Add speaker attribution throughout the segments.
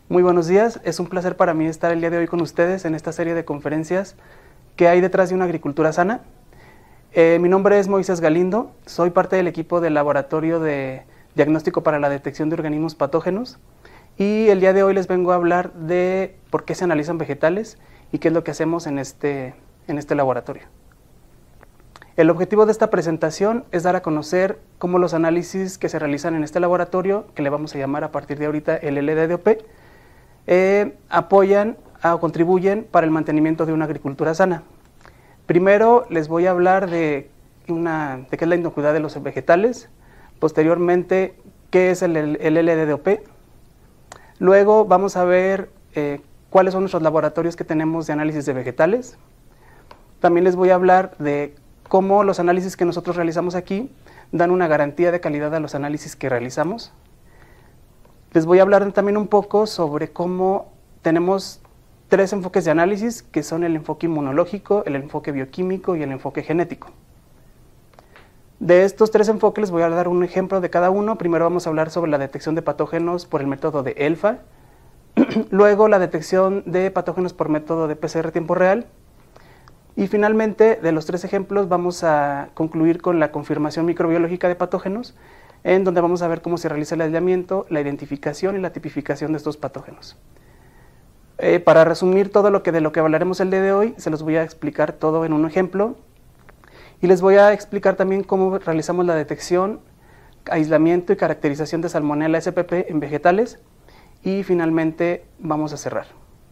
Speaker 1: Muy buenos días, es un placer para mí estar el día de hoy con ustedes en esta serie de conferencias que hay detrás de una agricultura sana. Mi nombre es Moisés Galindo, soy parte del equipo del Laboratorio de Diagnóstico para la Detección de Organismos Patógenos y el día de hoy les vengo a hablar de por qué se analizan vegetales y qué es lo que hacemos en este laboratorio. El objetivo de esta presentación es dar a conocer cómo los análisis que se realizan en este laboratorio, que le vamos a llamar a partir de ahorita el LDDOP, apoyan o contribuyen para el mantenimiento de una agricultura sana. Primero les voy a hablar de qué es la inocuidad de los vegetales, posteriormente qué es el LDDOP, luego vamos a ver cuáles son nuestros laboratorios que tenemos de análisis de vegetales, también les voy a hablar de cómo los análisis que nosotros realizamos aquí dan una garantía de calidad a los análisis que realizamos. Les voy a hablar también un poco sobre cómo tenemos tres enfoques de análisis, que son el enfoque inmunológico, el enfoque bioquímico y el enfoque genético. De estos tres enfoques les voy a dar un ejemplo de cada uno. Primero vamos a hablar sobre la detección de patógenos por el método de ELFA, luego la detección de patógenos por método de PCR tiempo real, y finalmente, de los tres ejemplos, vamos a concluir con la confirmación microbiológica de patógenos, en donde vamos a ver cómo se realiza el aislamiento, la identificación y la tipificación de estos patógenos. Para resumir todo de lo que hablaremos el día de hoy, se los voy a explicar todo en un ejemplo, y les voy a explicar también cómo realizamos la detección, aislamiento y caracterización de Salmonella spp en vegetales, y finalmente vamos a cerrar.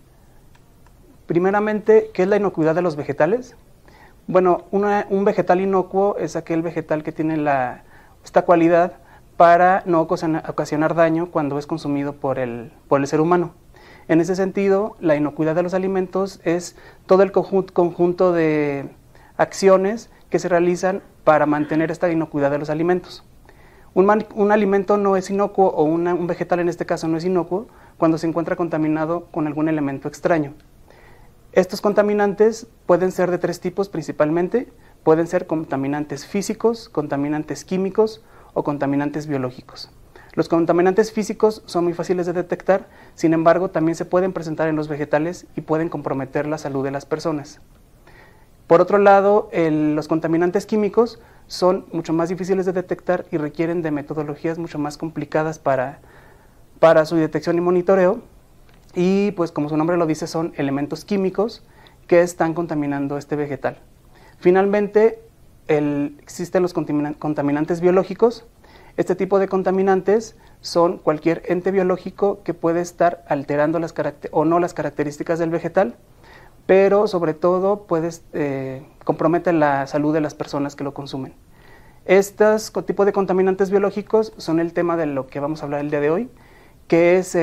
Speaker 1: Primeramente, ¿qué es la inocuidad de los vegetales? Bueno, un vegetal inocuo es aquel vegetal que tiene esta cualidad para no ocasionar daño cuando es consumido por el ser humano. En ese sentido, la inocuidad de los alimentos es todo el conjunto de acciones que se realizan para mantener esta inocuidad de los alimentos. Un alimento no es inocuo, o un vegetal en este caso no es inocuo, cuando se encuentra contaminado con algún elemento extraño. Estos contaminantes pueden ser de tres tipos principalmente. Pueden ser contaminantes físicos, contaminantes químicos o contaminantes biológicos. Los contaminantes físicos son muy fáciles de detectar, sin embargo también se pueden presentar en los vegetales y pueden comprometer la salud de las personas. Por otro lado, los contaminantes químicos son mucho más difíciles de detectar y requieren de metodologías mucho más complicadas para su detección y monitoreo. Y pues como su nombre lo dice, son elementos químicos que están contaminando este vegetal. Finalmente, existen los contaminantes biológicos. Este tipo de contaminantes son cualquier ente biológico que puede estar alterando las características del vegetal, pero sobre todo compromete la salud de las personas que lo consumen. Estos tipos de contaminantes biológicos son el tema de lo que vamos a hablar el día de hoy, que es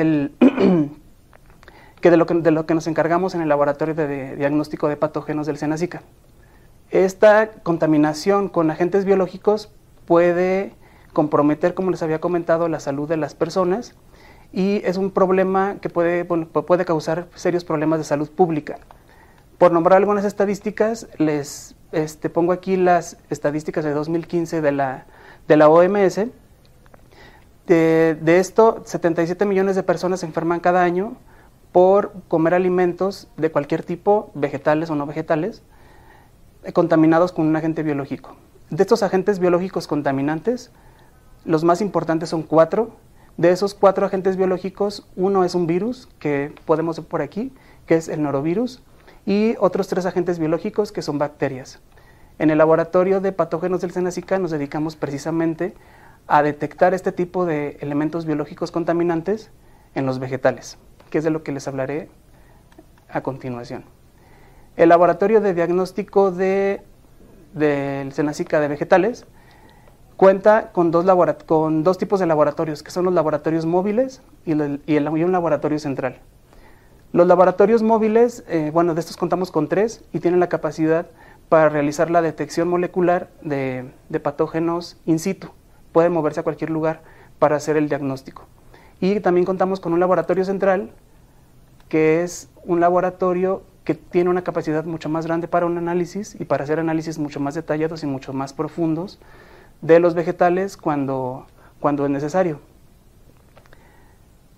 Speaker 1: de lo que nos encargamos en el laboratorio de diagnóstico de patógenos del SENASICA. Esta contaminación con agentes biológicos puede comprometer, como les había comentado, la salud de las personas, y es un problema que puede causar serios problemas de salud pública. Por nombrar algunas estadísticas, les pongo aquí las estadísticas de 2015 de la OMS. De esto, 77 millones de personas se enferman cada año por comer alimentos de cualquier tipo, vegetales o no vegetales, contaminados con un agente biológico. De estos agentes biológicos contaminantes, los más importantes son 4. De esos 4 agentes biológicos, uno es un virus, que podemos ver por aquí, que es el norovirus, y otros 3 agentes biológicos que son bacterias. En el laboratorio de patógenos del SENASICA nos dedicamos precisamente a detectar este tipo de elementos biológicos contaminantes en los vegetales, que es de lo que les hablaré a continuación. El laboratorio de diagnóstico del SENASICA de vegetales cuenta con dos tipos de laboratorios, que son los laboratorios móviles y un laboratorio central. Los laboratorios móviles, de estos contamos con 3 y tienen la capacidad para realizar la detección molecular de patógenos in situ. Pueden moverse a cualquier lugar para hacer el diagnóstico. Y también contamos con un laboratorio central, que es un laboratorio que tiene una capacidad mucho más grande para un análisis y para hacer análisis mucho más detallados y mucho más profundos de los vegetales cuando es necesario.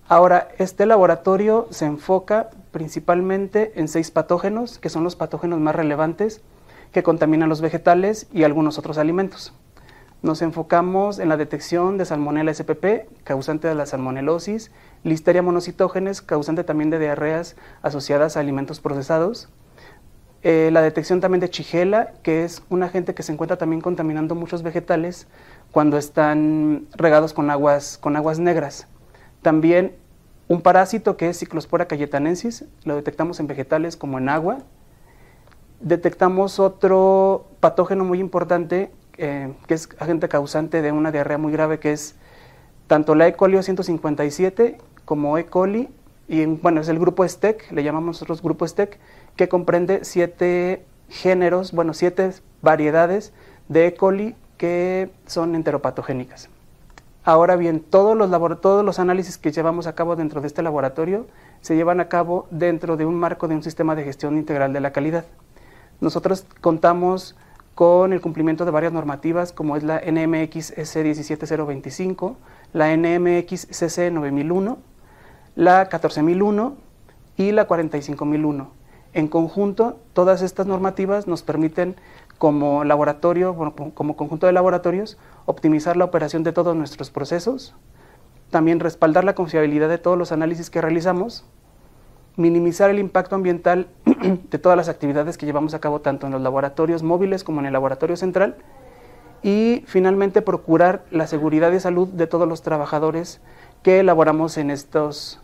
Speaker 1: Ahora, este laboratorio se enfoca principalmente en 6 patógenos, que son los patógenos más relevantes que contaminan los vegetales y algunos otros alimentos. Nos enfocamos en la detección de Salmonella spp, causante de la salmonelosis, Listeria monocytogenes, causante también de diarreas asociadas a alimentos procesados, la detección también de Shigella, que es un agente que se encuentra también contaminando muchos vegetales cuando están regados con aguas negras. También un parásito que es Cyclospora cayetanensis, lo detectamos en vegetales como en agua. Detectamos otro patógeno muy importante que es agente causante de una diarrea muy grave, que es tanto la E. coli 157 como E. coli, y bueno, es el grupo STEC, le llamamos nosotros grupo STEC, que comprende 7 géneros, bueno, 7 variedades de E. coli que son enteropatogénicas. Ahora bien, todos los análisis que llevamos a cabo dentro de este laboratorio se llevan a cabo dentro de un marco de un sistema de gestión integral de la calidad. Nosotros contamos con el cumplimiento de varias normativas como es la NMX EC 17025, la NMX CC 9001, la 14001 y la 45001. En conjunto, todas estas normativas nos permiten como laboratorio, bueno, como conjunto de laboratorios, optimizar la operación de todos nuestros procesos, también respaldar la confiabilidad de todos los análisis que realizamos, minimizar el impacto ambiental de todas las actividades que llevamos a cabo tanto en los laboratorios móviles como en el laboratorio central, y finalmente procurar la seguridad y salud de todos los trabajadores que elaboramos en estos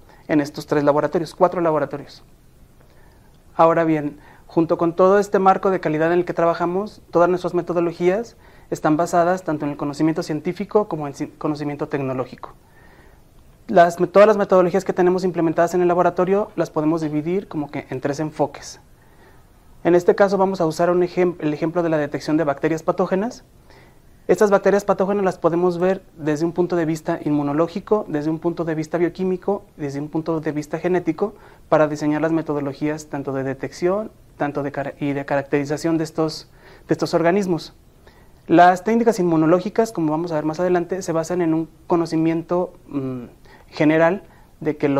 Speaker 1: 4 laboratorios. Ahora bien, junto con todo este marco de calidad en el que trabajamos, todas nuestras metodologías están basadas tanto en el conocimiento científico como en conocimiento tecnológico. Todas las metodologías que tenemos implementadas en el laboratorio las podemos dividir como que en 3 enfoques. En este caso vamos a usar el ejemplo de la detección de bacterias patógenas. Estas bacterias patógenas las podemos ver desde un punto de vista inmunológico, desde un punto de vista bioquímico, desde un punto de vista genético, para diseñar las metodologías tanto de detección y de caracterización de estos organismos. Las técnicas inmunológicas, como vamos a ver más adelante, se basan en un conocimiento general de que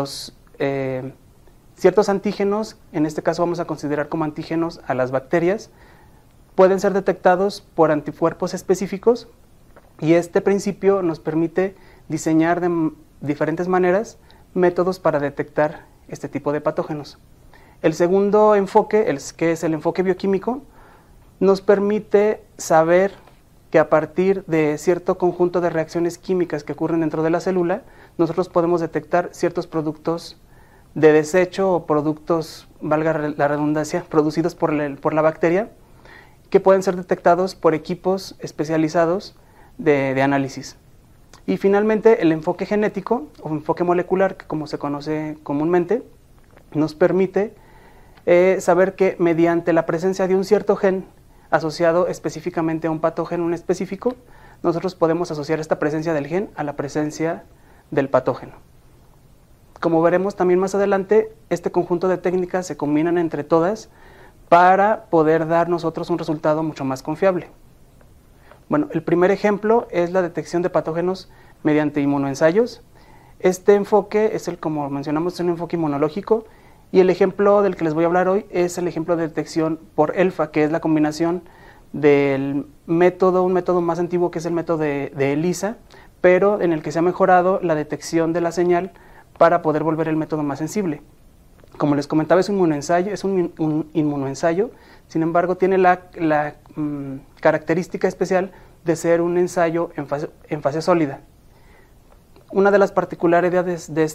Speaker 1: ciertos antígenos, en este caso vamos a considerar como antígenos a las bacterias, pueden ser detectados por anticuerpos específicos, y este principio nos permite diseñar de diferentes maneras métodos para detectar este tipo de patógenos. El segundo enfoque, que es el enfoque bioquímico, nos permite saber que a partir de cierto conjunto de reacciones químicas que ocurren dentro de la célula, nosotros podemos detectar ciertos productos de desecho o productos, valga la redundancia, producidos por la bacteria, que pueden ser detectados por equipos especializados de análisis. Y finalmente el enfoque genético o enfoque molecular, que como se conoce comúnmente, nos permite saber que mediante la presencia de un cierto gen asociado específicamente a un patógeno en específico, nosotros podemos asociar esta presencia del gen a la presencia del patógeno. Como veremos también más adelante, este conjunto de técnicas se combinan entre todas para poder dar nosotros un resultado mucho más confiable. Bueno, el primer ejemplo es la detección de patógenos mediante inmunoensayos. Este enfoque es como mencionamos, es un enfoque inmunológico, y el ejemplo del que les voy a hablar hoy es el ejemplo de detección por ELFA, que es la combinación del método, un método más antiguo que es el método de ELISA, pero en el que se ha mejorado la detección de la señal para poder volver el método más sensible. Como les comentaba, es un inmunoensayo, sin embargo tiene la característica especial de ser un ensayo en fase sólida. Una de las particularidades de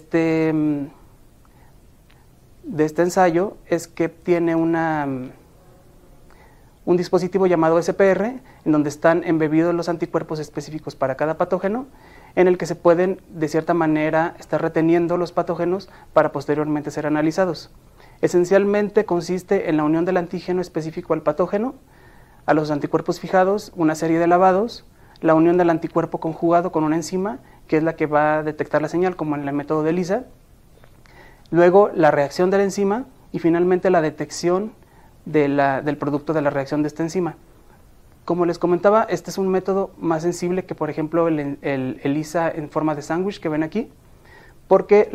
Speaker 1: este ensayo es que tiene un dispositivo llamado SPR, en donde están embebidos los anticuerpos específicos para cada patógeno, en el que se pueden de cierta manera estar reteniendo los patógenos para posteriormente ser analizados. Esencialmente consiste en la unión del antígeno específico al patógeno, a los anticuerpos fijados, una serie de lavados, la unión del anticuerpo conjugado con una enzima, que es la que va a detectar la señal, como en el método de ELISA, luego la reacción de la enzima y finalmente la detección del producto de la reacción de esta enzima. Como les comentaba, este es un método más sensible que, por ejemplo, el ELISA en forma de sándwich que ven aquí, porque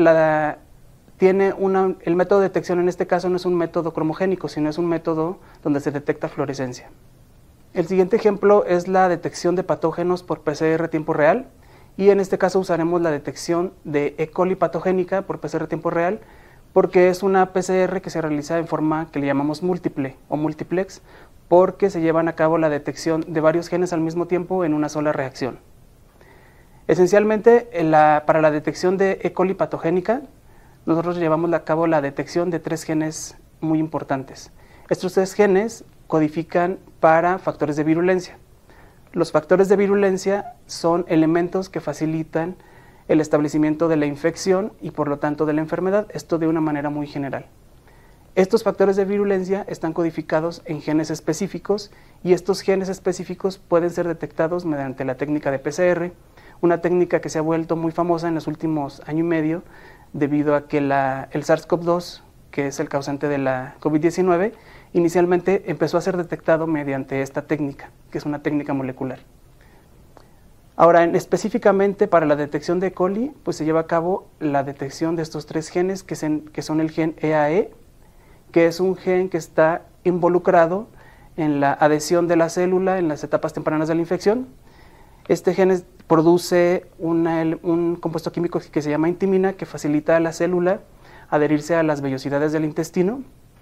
Speaker 1: el método de detección en este caso no es un método cromogénico, sino es un método donde se detecta fluorescencia. El siguiente ejemplo es la detección de patógenos por PCR tiempo real, y en este caso usaremos la detección de E. coli patogénica por PCR tiempo real, porque es una PCR que se realiza en forma que le llamamos múltiple o multiplex, porque se llevan a cabo la detección de varios genes al mismo tiempo en una sola reacción. Esencialmente, para la detección de E. coli patogénica, nosotros llevamos a cabo la detección de 3 genes muy importantes. Estos 3 genes codifican para factores de virulencia. Los factores de virulencia son elementos que facilitan el establecimiento de la infección y por lo tanto de la enfermedad, esto de una manera muy general. Estos factores de virulencia están codificados en genes específicos, y estos genes específicos pueden ser detectados mediante la técnica de PCR, una técnica que se ha vuelto muy famosa en los últimos año y medio debido a que el SARS-CoV-2, que es el causante de la COVID-19, inicialmente empezó a ser detectado mediante esta técnica, que es una técnica molecular. Ahora, específicamente para la detección de E. coli, pues se lleva a cabo la detección de estos 3 genes, que son el gen EAE, que es un gen que está involucrado en la adhesión de la célula en las etapas tempranas de la infección. Este gen produce un compuesto químico que se llama intimina, que facilita a la célula adherirse a las vellosidades del intestino.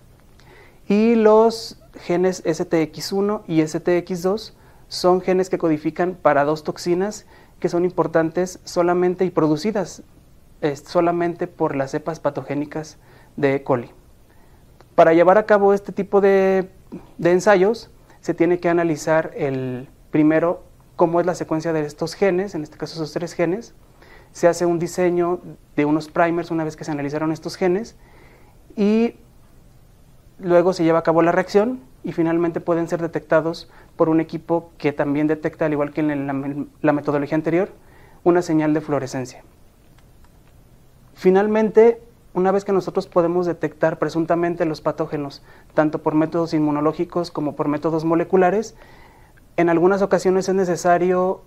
Speaker 1: Y los genes STX1 y STX2 son genes que codifican para 2 toxinas que son importantes solamente y producidas solamente por las cepas patogénicas de E. coli. Para llevar a cabo este tipo de ensayos, se tiene que analizar primero cómo es la secuencia de estos genes, en este caso esos 3 genes. Se hace un diseño de unos primers una vez que se analizaron estos genes, y luego se lleva a cabo la reacción, y finalmente pueden ser detectados por un equipo que también detecta, al igual que en la metodología anterior, una señal de fluorescencia. Finalmente, una vez que nosotros podemos detectar presuntamente los patógenos, tanto por métodos inmunológicos como por métodos moleculares, en algunas ocasiones es necesario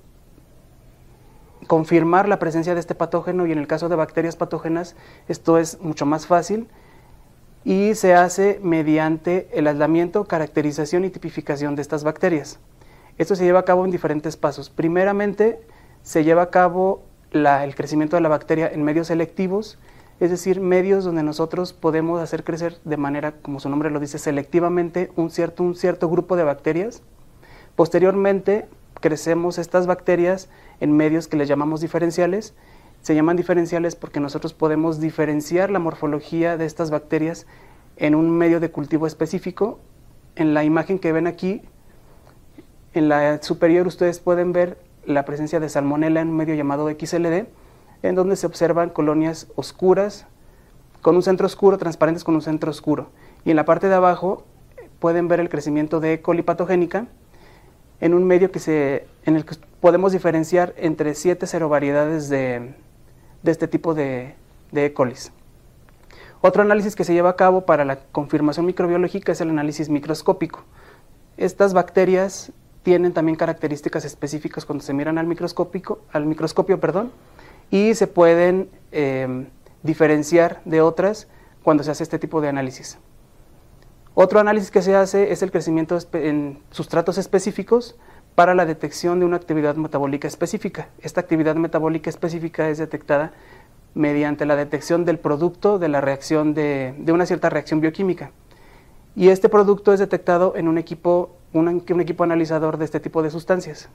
Speaker 1: confirmar la presencia de este patógeno, y en el caso de bacterias patógenas esto es mucho más fácil, y se hace mediante el aislamiento, caracterización y tipificación de estas bacterias. Esto se lleva a cabo en diferentes pasos. Primeramente, se lleva a cabo el crecimiento de la bacteria en medios selectivos, es decir, medios donde nosotros podemos hacer crecer de manera, como su nombre lo dice, selectivamente un cierto grupo de bacterias. Posteriormente, crecemos estas bacterias en medios que les llamamos diferenciales. Se llaman diferenciales porque nosotros podemos diferenciar la morfología de estas bacterias en un medio de cultivo específico. En la imagen que ven aquí, en la superior ustedes pueden ver la presencia de Salmonella en un medio llamado XLD, en donde se observan colonias oscuras, con un centro oscuro, transparentes con un centro oscuro. Y en la parte de abajo pueden ver el crecimiento de E. coli patogénica, en un medio en el que podemos diferenciar entre 7 serovariedades de este tipo de E. colis. Otro análisis que se lleva a cabo para la confirmación microbiológica es el análisis microscópico. Estas bacterias tienen también características específicas cuando se miran al microscopio, y se pueden diferenciar de otras cuando se hace este tipo de análisis. Otro análisis que se hace es el crecimiento en sustratos específicos para la detección de una actividad metabólica específica. Esta actividad metabólica específica es detectada mediante la detección del producto de la reacción de una cierta reacción bioquímica. Y este producto es detectado en un equipo analizador de este tipo de sustancias.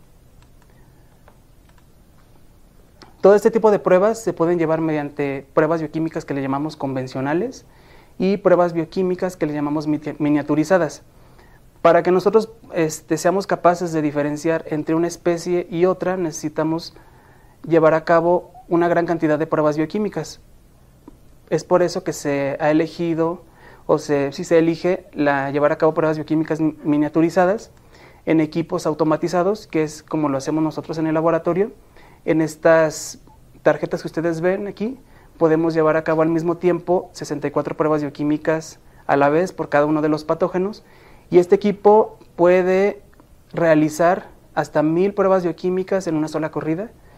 Speaker 1: Todo este tipo de pruebas se pueden llevar mediante pruebas bioquímicas que le llamamos convencionales y pruebas bioquímicas que le llamamos miniaturizadas. Para que nosotros seamos capaces de diferenciar entre una especie y otra, necesitamos llevar a cabo una gran cantidad de pruebas bioquímicas. Es por eso que se ha elegido, se elige llevar a cabo pruebas bioquímicas miniaturizadas en equipos automatizados, que es como lo hacemos nosotros en el laboratorio. En estas tarjetas que ustedes ven aquí, podemos llevar a cabo al mismo tiempo 64 pruebas bioquímicas a la vez por cada uno de los patógenos, y este equipo puede realizar hasta 1000 pruebas bioquímicas en una sola corrida,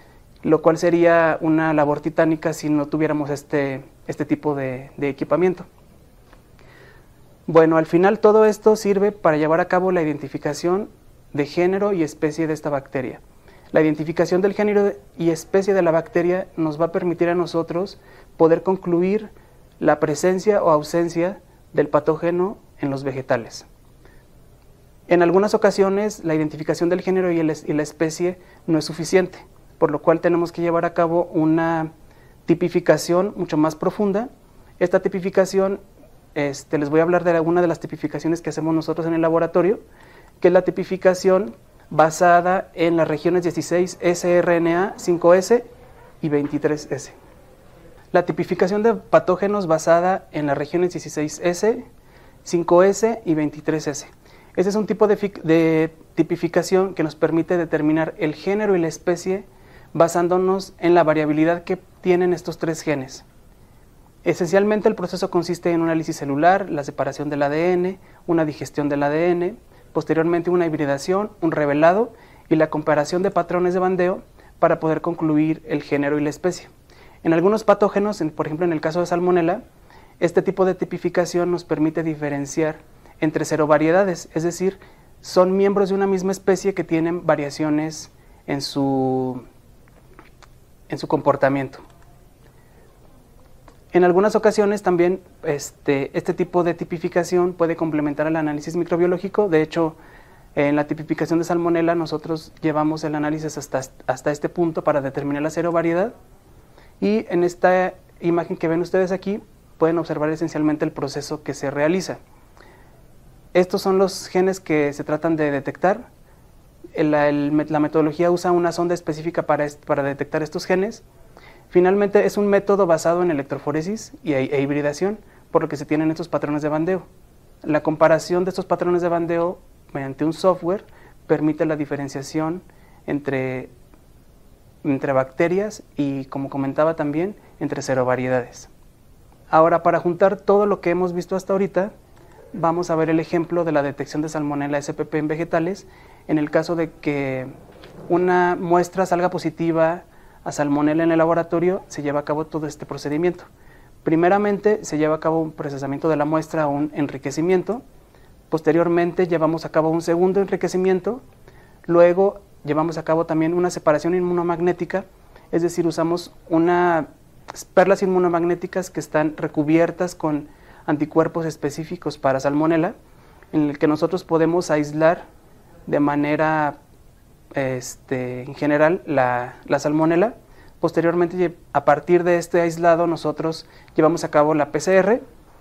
Speaker 1: lo cual sería una labor titánica si no tuviéramos este tipo de equipamiento. Bueno, al final todo esto sirve para llevar a cabo la identificación de género y especie de esta bacteria. La identificación del género y especie de la bacteria nos va a permitir a nosotros poder concluir la presencia o ausencia del patógeno en los vegetales. En algunas ocasiones la identificación del género y la especie no es suficiente, por lo cual tenemos que llevar a cabo una tipificación mucho más profunda. Esta tipificación, les voy a hablar de alguna de las tipificaciones que hacemos nosotros en el laboratorio, que es la tipificación basada en las regiones 16S RNA, 5S y 23S. La tipificación de patógenos basada en las regiones 16S, 5S y 23S. Este es un tipo de tipificación que nos permite determinar el género y la especie basándonos en la variabilidad que tienen estos tres genes. Esencialmente el proceso consiste en un análisis celular, la separación del ADN, una digestión del ADN, posteriormente una hibridación, un revelado y la comparación de patrones de bandeo para poder concluir el género y la especie. En algunos patógenos, por ejemplo en el caso de Salmonella, este tipo de tipificación nos permite diferenciar entre serovariedades, es decir, son miembros de una misma especie que tienen variaciones en su comportamiento. En algunas ocasiones también este tipo de tipificación puede complementar al análisis microbiológico. De hecho, en la tipificación de Salmonella nosotros llevamos el análisis hasta este punto para determinar la serovariedad. Y en esta imagen que ven ustedes aquí pueden observar esencialmente el proceso que se realiza. Estos son los genes que se tratan de detectar. La metodología usa una sonda específica para detectar estos genes. Finalmente es un método basado en electroforesis e hibridación, por lo que se tienen estos patrones de bandeo. La comparación de estos patrones de bandeo mediante un software permite la diferenciación entre bacterias y, como comentaba también, entre serovariedades. Ahora, para juntar todo lo que hemos visto hasta ahorita, vamos a ver el ejemplo de la detección de Salmonella spp en vegetales en el caso de que una muestra salga positiva a Salmonella en el laboratorio. Se lleva a cabo todo este procedimiento. Primeramente se lleva a cabo un procesamiento de la muestra, un enriquecimiento. Posteriormente llevamos a cabo un segundo enriquecimiento. Luego llevamos a cabo también una separación inmunomagnética, es decir, usamos unas perlas inmunomagnéticas que están recubiertas con anticuerpos específicos para Salmonella, en el que nosotros podemos aislar de manera en general la Salmonella. Posteriormente, a partir de este aislado, nosotros llevamos a cabo la PCR.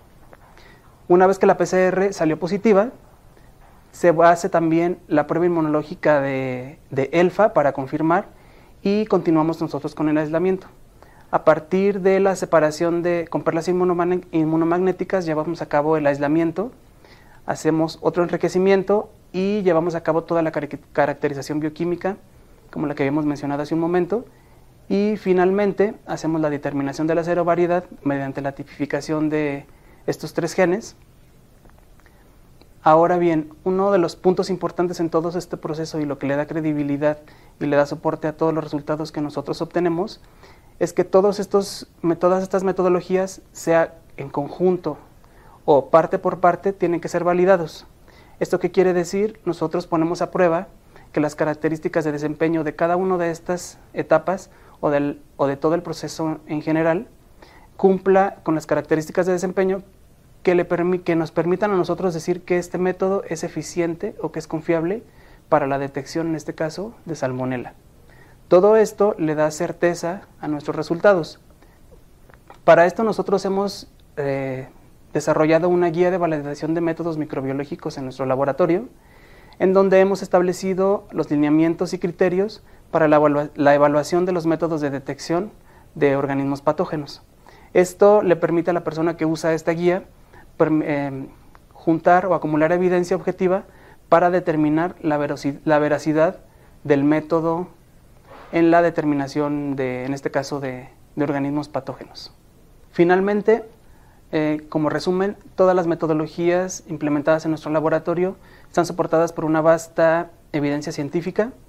Speaker 1: Una vez que la PCR salió positiva, se hace también la prueba inmunológica de ELFA para confirmar y continuamos nosotros con el aislamiento. A partir de la separación con perlas inmunomagnéticas llevamos a cabo el aislamiento, hacemos otro enriquecimiento y llevamos a cabo toda la caracterización bioquímica, como la que habíamos mencionado hace un momento, y finalmente hacemos la determinación de la serovariedad mediante la tipificación de estos tres genes. Ahora bien, uno de los puntos importantes en todo este proceso y lo que le da credibilidad y le da soporte a todos los resultados que nosotros obtenemos es que todas estas metodologías, sea en conjunto o parte por parte, tienen que ser validados. ¿Esto qué quiere decir? Nosotros ponemos a prueba que las características de desempeño de cada una de estas etapas o de todo el proceso en general cumpla con las características de desempeño que nos permitan a nosotros decir que este método es eficiente o que es confiable para la detección, en este caso, de Salmonella. Todo esto le da certeza a nuestros resultados. Para esto nosotros hemos desarrollado una guía de validación de métodos microbiológicos en nuestro laboratorio, en donde hemos establecido los lineamientos y criterios para la evaluación de los métodos de detección de organismos patógenos. Esto le permite a la persona que usa esta guía juntar o acumular evidencia objetiva para determinar la veracidad del método en la determinación en este caso, de organismos patógenos. Finalmente, como resumen, todas las metodologías implementadas en nuestro laboratorio están soportadas por una vasta evidencia científica.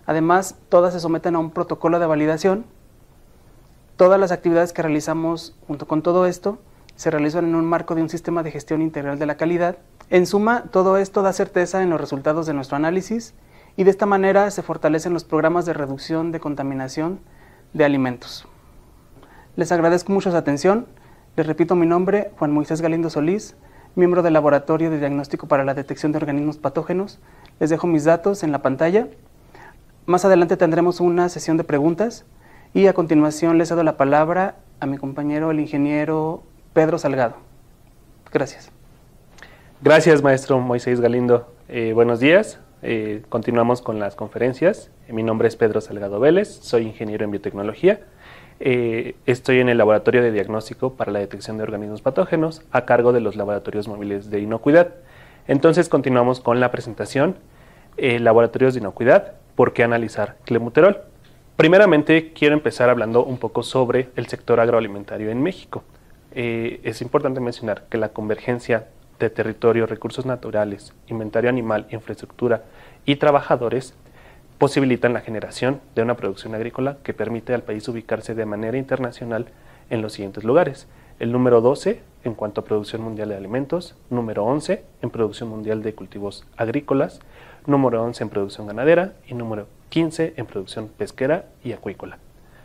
Speaker 1: Además, todas se someten a un protocolo de validación. Todas las actividades que realizamos junto con todo esto se realizan en un marco de un sistema de gestión integral de la calidad. En suma, todo esto da certeza en los resultados de nuestro análisis y de esta manera se fortalecen los programas de reducción de contaminación de alimentos. Les agradezco mucho su atención. Les repito mi nombre, Juan Moisés Galindo Solís, miembro del Laboratorio de Diagnóstico para la Detección de Organismos Patógenos. Les dejo mis datos en la pantalla. Más adelante tendremos una sesión de preguntas y a continuación les cedo la palabra a mi compañero, el ingeniero Pedro Salgado. Gracias.
Speaker 2: Gracias, maestro Moisés Galindo. Buenos días. Continuamos con las conferencias. Mi nombre es Pedro Salgado Vélez, soy ingeniero en biotecnología. Estoy en el Laboratorio de Diagnóstico para la Detección de Organismos Patógenos a cargo de los laboratorios móviles de inocuidad. Entonces continuamos con la presentación. Laboratorios de inocuidad, ¿por qué analizar clenbuterol? Primeramente quiero empezar hablando un poco sobre el sector agroalimentario en México. Es importante mencionar que la convergencia de territorio, recursos naturales, inventario animal, infraestructura y trabajadores posibilitan la generación de una producción agrícola que permite al país ubicarse de manera internacional en los siguientes lugares. El número 12 en cuanto a producción mundial de alimentos, número 11 en producción mundial de cultivos agrícolas, número 11 en producción ganadera y número 15 en producción pesquera y acuícola.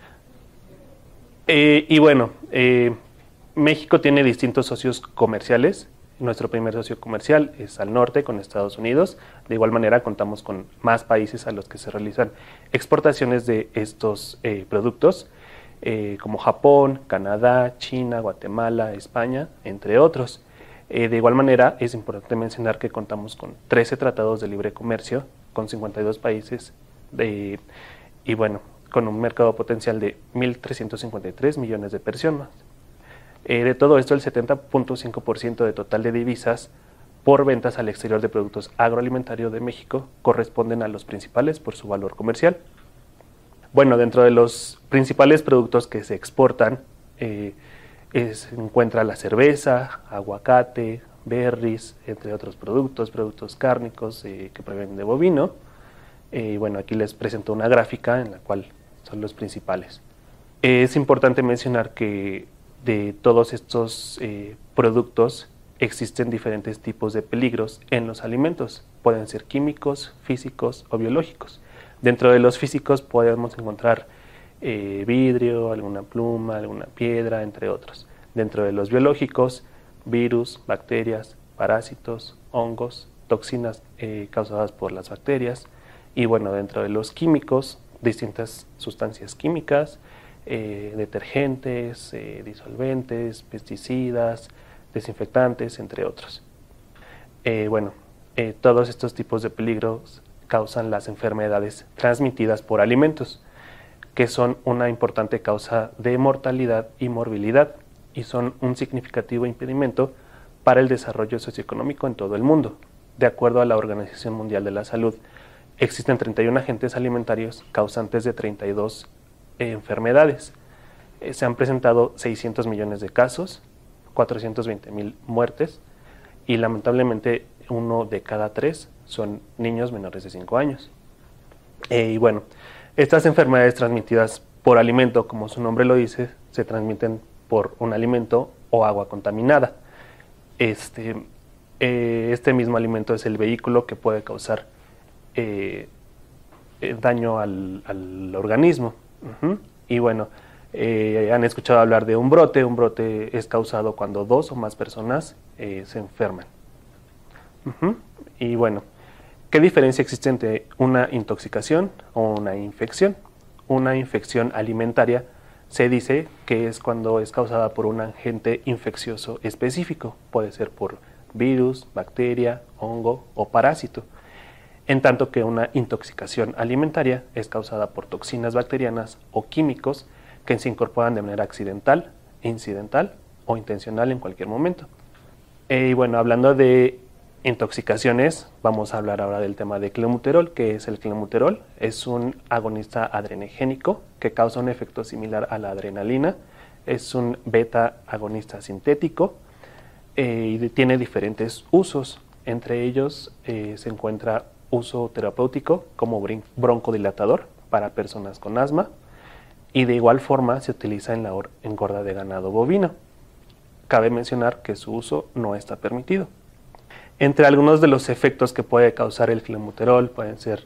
Speaker 2: México tiene distintos socios comerciales. Nuestro primer socio comercial es al norte, con Estados Unidos. De igual manera, contamos con más países a los que se realizan exportaciones de estos productos, como Japón, Canadá, China, Guatemala, España, entre otros. De igual manera, es importante mencionar que contamos con 13 tratados de libre comercio con 52 países con un mercado potencial de 1.353 millones de personas. De todo esto, el 70.5% de total de divisas por ventas al exterior de productos agroalimentarios de México corresponden a los principales por su valor comercial. Bueno, dentro de los principales productos que se exportan se encuentra la cerveza, aguacate, berries, entre otros productos cárnicos que provienen de bovino. Aquí les presento una gráfica en la cual son los principales. Es importante mencionar que de todos estos productos existen diferentes tipos de peligros en los alimentos. Pueden ser químicos, físicos o biológicos. Dentro de los físicos podemos encontrar vidrio, alguna pluma, alguna piedra, entre otros. Dentro de los biológicos, virus, bacterias, parásitos, hongos, toxinas causadas por las bacterias. Y dentro de los químicos, distintas sustancias químicas, detergentes, disolventes, pesticidas, desinfectantes, entre otros. Todos estos tipos de peligros causan las enfermedades transmitidas por alimentos, que son una importante causa de mortalidad y morbilidad y son un significativo impedimento para el desarrollo socioeconómico en todo el mundo. De acuerdo a la Organización Mundial de la Salud, existen 31 agentes alimentarios causantes de 32 enfermedades. Se han presentado 600 millones de casos, 420,000 muertes y lamentablemente 1 de cada 3 son niños menores de 5 años. Estas enfermedades transmitidas por alimento, como su nombre lo dice, se transmiten por un alimento o agua contaminada. Este mismo alimento es el vehículo que puede causar daño al organismo. Han escuchado hablar de un brote. Un brote es causado cuando 2 o más personas se enferman. ¿Qué diferencia existe entre una intoxicación o una infección? Una infección alimentaria se dice que es cuando es causada por un agente infeccioso específico. Puede ser por virus, bacteria, hongo o parásito. En tanto que una intoxicación alimentaria es causada por toxinas bacterianas o químicos que se incorporan de manera accidental, incidental o intencional en cualquier momento. Hablando de intoxicaciones, vamos a hablar ahora del tema de clenbuterol. ¿Qué es el clenbuterol? Es un agonista adrenogénico que causa un efecto similar a la adrenalina. Es un beta agonista sintético y tiene diferentes usos. Entre ellos se encuentra uso terapéutico como broncodilatador para personas con asma, y de igual forma se utiliza en la engorda de ganado bovino. Cabe mencionar que su uso no está permitido. Entre algunos de los efectos que puede causar el clenbuterol pueden ser,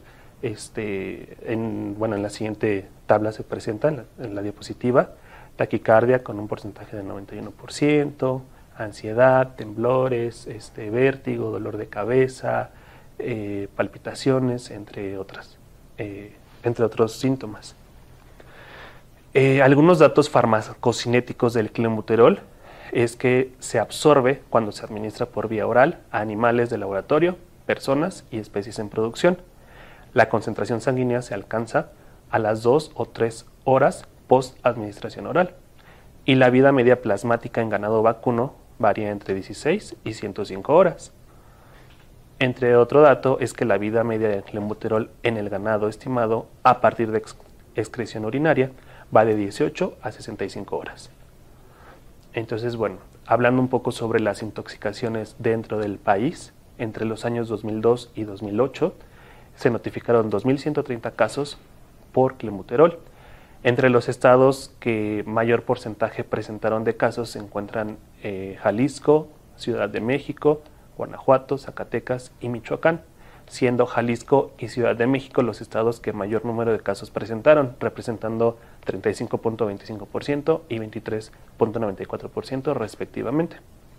Speaker 2: en la siguiente tabla se presenta en la diapositiva: taquicardia con un porcentaje de 91%, ansiedad, temblores, vértigo, dolor de cabeza, palpitaciones, entre otros síntomas. Algunos datos farmacocinéticos del clenbuterol es que se absorbe cuando se administra por vía oral a animales de laboratorio, personas y especies en producción. La concentración sanguínea se alcanza a las 2 o 3 horas post administración oral, y la vida media plasmática en ganado vacuno varía entre 16 y 105 horas. Entre otro dato es que la vida media del clenbuterol en el ganado estimado a partir de excreción urinaria va de 18 a 65 horas. Entonces, bueno, hablando un poco sobre las intoxicaciones dentro del país, entre los años 2002 y 2008 se notificaron 2.130 casos por clenbuterol. Entre los estados que mayor porcentaje presentaron de casos se encuentran Jalisco, Ciudad de México, Guanajuato, Zacatecas y Michoacán, siendo Jalisco y Ciudad de México los estados que mayor número de casos presentaron, representando 35.25% y 23.94% respectivamente.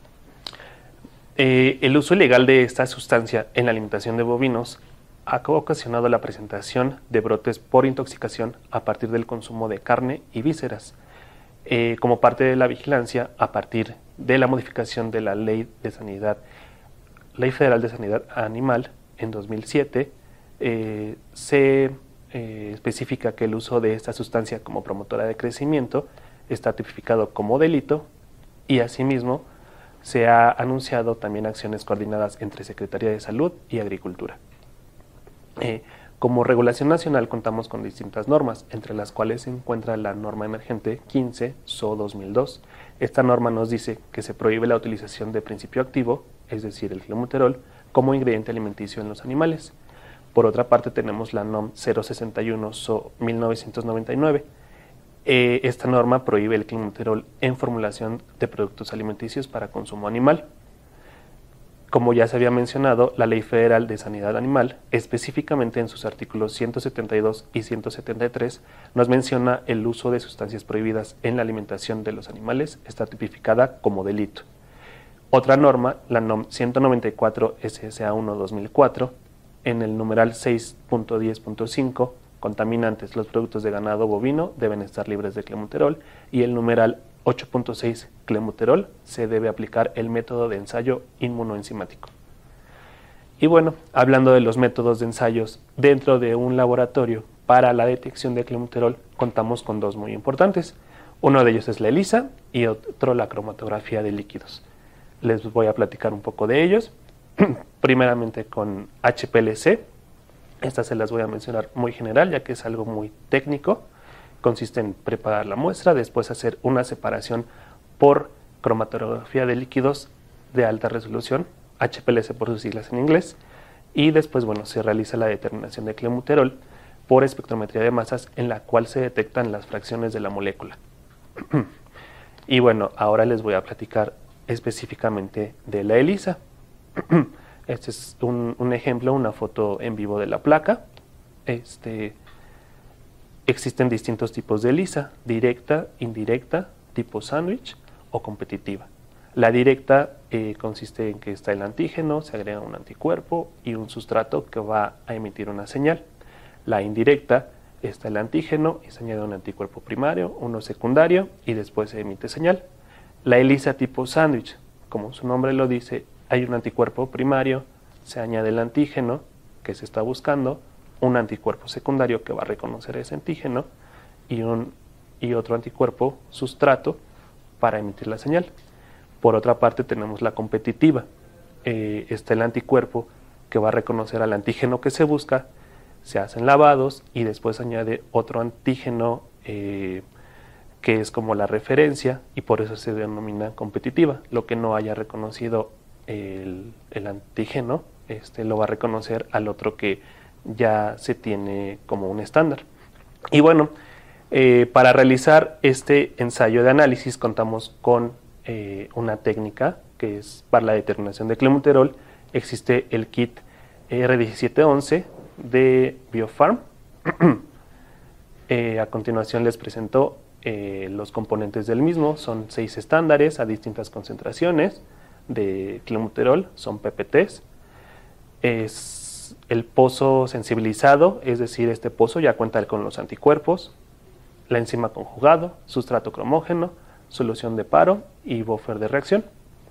Speaker 2: El uso ilegal de esta sustancia en la alimentación de bovinos ha ocasionado la presentación de brotes por intoxicación a partir del consumo de carne y vísceras. Como parte de la vigilancia, a partir de la modificación de la Ley Federal de Sanidad Animal en 2007, se especifica que el uso de esta sustancia como promotora de crecimiento está tipificado como delito, y asimismo se ha anunciado también acciones coordinadas entre Secretaría de Salud y Agricultura. Como regulación nacional contamos con distintas normas, entre las cuales se encuentra la norma emergente 15-SO 2002. Esta norma nos dice que se prohíbe la utilización de principio activo, es decir, el clenbuterol, como ingrediente alimenticio en los animales. Por otra parte tenemos la NOM 061-SO 1999. Esta norma prohíbe el clenbuterol en formulación de productos alimenticios para consumo animal. Como ya se había mencionado, la Ley Federal de Sanidad Animal, específicamente en sus artículos 172 y 173, nos menciona el uso de sustancias prohibidas en la alimentación de los animales, está tipificada como delito. Otra norma, la NOM 194 SSA1 2004, en el numeral 6.10.5, contaminantes, los productos de ganado bovino deben estar libres de clenbuterol, y el numeral 8.6 clenbuterol, se debe aplicar el método de ensayo inmunoenzimático. Y bueno, hablando de los métodos de ensayos dentro de un laboratorio para la detección de clenbuterol, contamos con dos muy importantes. Uno de ellos es la ELISA y otro la cromatografía de líquidos. Les voy a platicar un poco de ellos. Primeramente con HPLC. Estas se las voy a mencionar muy general, ya que es algo muy técnico. Consiste en preparar la muestra, después hacer una separación por cromatografía de líquidos de alta resolución, HPLC por sus siglas en inglés, y después, bueno, se realiza la determinación de clenbuterol por espectrometría de masas, en la cual se detectan las fracciones de la molécula. Y bueno, ahora les voy a platicar específicamente de la ELISA. Este es un ejemplo, una foto en vivo de la placa. Existen distintos tipos de ELISA: directa, indirecta, tipo sándwich o competitiva. La directa consiste en que está el antígeno, se agrega un anticuerpo y un sustrato que va a emitir una señal. La indirecta está el antígeno y se añade un anticuerpo primario, uno secundario, y después se emite señal. La ELISA tipo sándwich, como su nombre lo dice, hay un anticuerpo primario, se añade el antígeno que se está buscando, un anticuerpo secundario que va a reconocer ese antígeno y otro anticuerpo sustrato para emitir la señal. Por otra parte tenemos la competitiva. Está el anticuerpo que va a reconocer al antígeno que se busca, se hacen lavados y después añade otro antígeno que es como la referencia, y por eso se denomina competitiva. Lo que no haya reconocido el antígeno lo va a reconocer al otro que ya se tiene como un estándar. Y bueno, para realizar este ensayo de análisis contamos con una técnica que es para la determinación de clenbuterol. Existe el kit R1711 de BioPharm. A continuación les presento los componentes del mismo. Son 6 estándares a distintas concentraciones de clenbuterol, son PPTs. Es el pozo sensibilizado, es decir, este pozo ya cuenta con los anticuerpos, la enzima conjugado, sustrato cromógeno, solución de paro y buffer de reacción.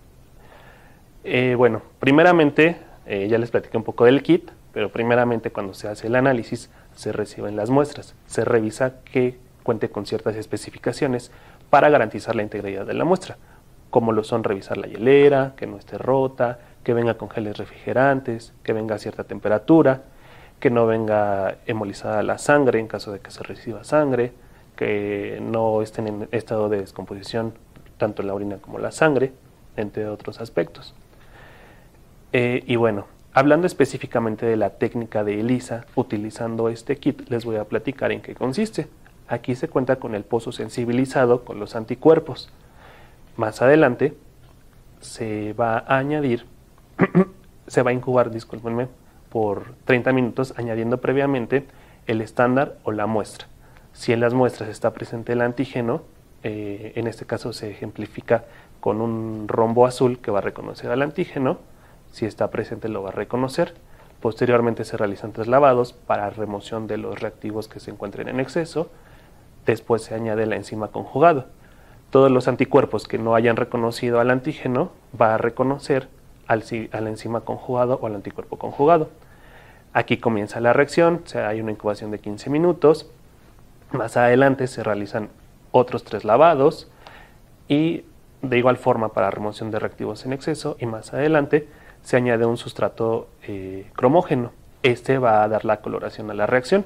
Speaker 2: Bueno, primeramente, ya les platiqué un poco del kit, pero primeramente cuando se hace el análisis se reciben las muestras, se revisa que cuente con ciertas especificaciones para garantizar la integridad de la muestra, como lo son revisar la hielera, que no esté rota, que venga con geles refrigerantes, que venga a cierta temperatura, que no venga hemolizada la sangre en caso de que se reciba sangre, que no estén en estado de descomposición tanto la orina como la sangre, entre otros aspectos. Y bueno, hablando específicamente de la técnica de ELISA, utilizando este kit, les voy a platicar en qué consiste. Aquí se cuenta con el pozo sensibilizado con los anticuerpos. Más adelante se va a añadir, se va a incubar, discúlpenme, por 30 minutos añadiendo previamente el estándar o la muestra. Si en las muestras está presente el antígeno, en este caso se ejemplifica con un rombo azul que va a reconocer al antígeno. Si está presente lo va a reconocer. Posteriormente se realizan 3 lavados para remoción de los reactivos que se encuentren en exceso. Después se añade la enzima conjugado. Todos los anticuerpos que no hayan reconocido al antígeno va a reconocer a la enzima conjugado o al anticuerpo conjugado. Aquí comienza la reacción, hay una incubación de 15 minutos. Más adelante se realizan otros 3 lavados y de igual forma para remoción de reactivos en exceso, y más adelante se añade un sustrato cromógeno. Este va a dar la coloración a la reacción.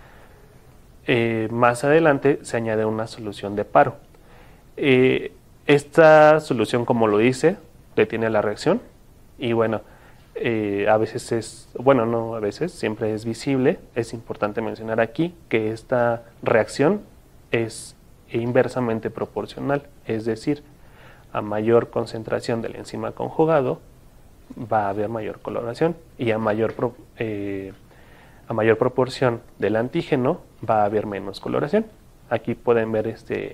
Speaker 2: Más adelante se añade una solución de paro. Esta solución, como lo dice, detiene la reacción y bueno, a veces siempre es visible. Es importante mencionar aquí que esta reacción es inversamente proporcional, es decir, a mayor concentración de la enzima conjugado va a haber mayor coloración y a mayor proporción del antígeno va a haber menos coloración. Aquí pueden ver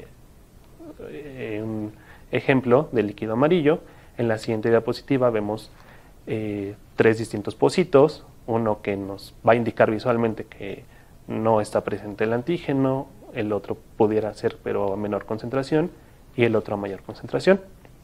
Speaker 2: un ejemplo de líquido amarillo. En la siguiente diapositiva vemos 3 distintos pocitos, uno que nos va a indicar visualmente que no está presente el antígeno, el otro pudiera ser pero a menor concentración y el otro a mayor concentración.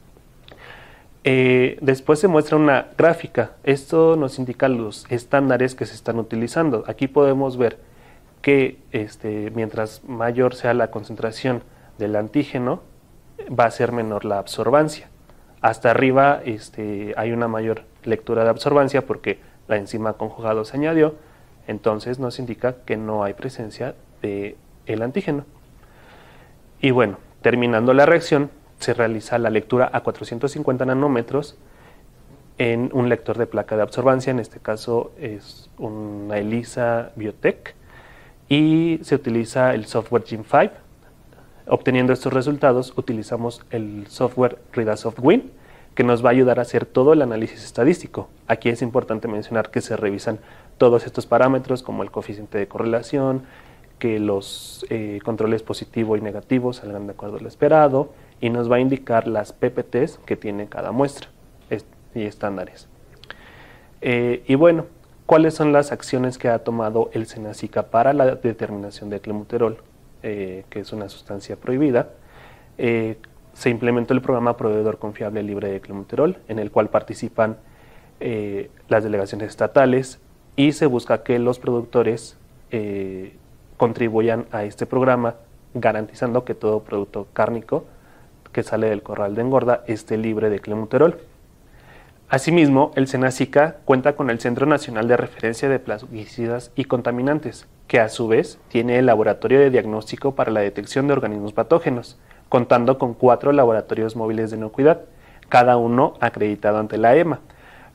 Speaker 2: Después se muestra una gráfica. Esto nos indica los estándares que se están utilizando. Aquí podemos ver que mientras mayor sea la concentración del antígeno, va a ser menor la absorbancia. Hasta arriba hay una mayor lectura de absorbancia porque la enzima conjugado se añadió, entonces nos indica que no hay presencia del antígeno. Y bueno, terminando la reacción, se realiza la lectura a 450 nanómetros en un lector de placa de absorbancia. En este caso es una ELISA Biotech y se utiliza el software Gen5. Obteniendo estos resultados utilizamos el software RidaSoft-Win, que nos va a ayudar a hacer todo el análisis estadístico. Aquí es importante mencionar que se revisan todos estos parámetros como el coeficiente de correlación, que los controles positivo y negativo salgan de acuerdo a lo esperado, y nos va a indicar las PPTs que tiene cada muestra y estándares. Y bueno, ¿cuáles son las acciones que ha tomado el SENASICA para la determinación de clenbuterol, que es una sustancia prohibida? Se implementó el programa Proveedor Confiable Libre de Clenbuterol, en el cual participan las delegaciones estatales, y se busca que los productores contribuyan a este programa, garantizando que todo producto cárnico que sale del corral de engorda esté libre de clenbuterol. Asimismo, el SENASICA cuenta con el Centro Nacional de Referencia de Plaguicidas y Contaminantes, que a su vez tiene el Laboratorio de Diagnóstico para la Detección de Organismos Patógenos, contando con 4 laboratorios móviles de inocuidad, cada uno acreditado ante la EMA.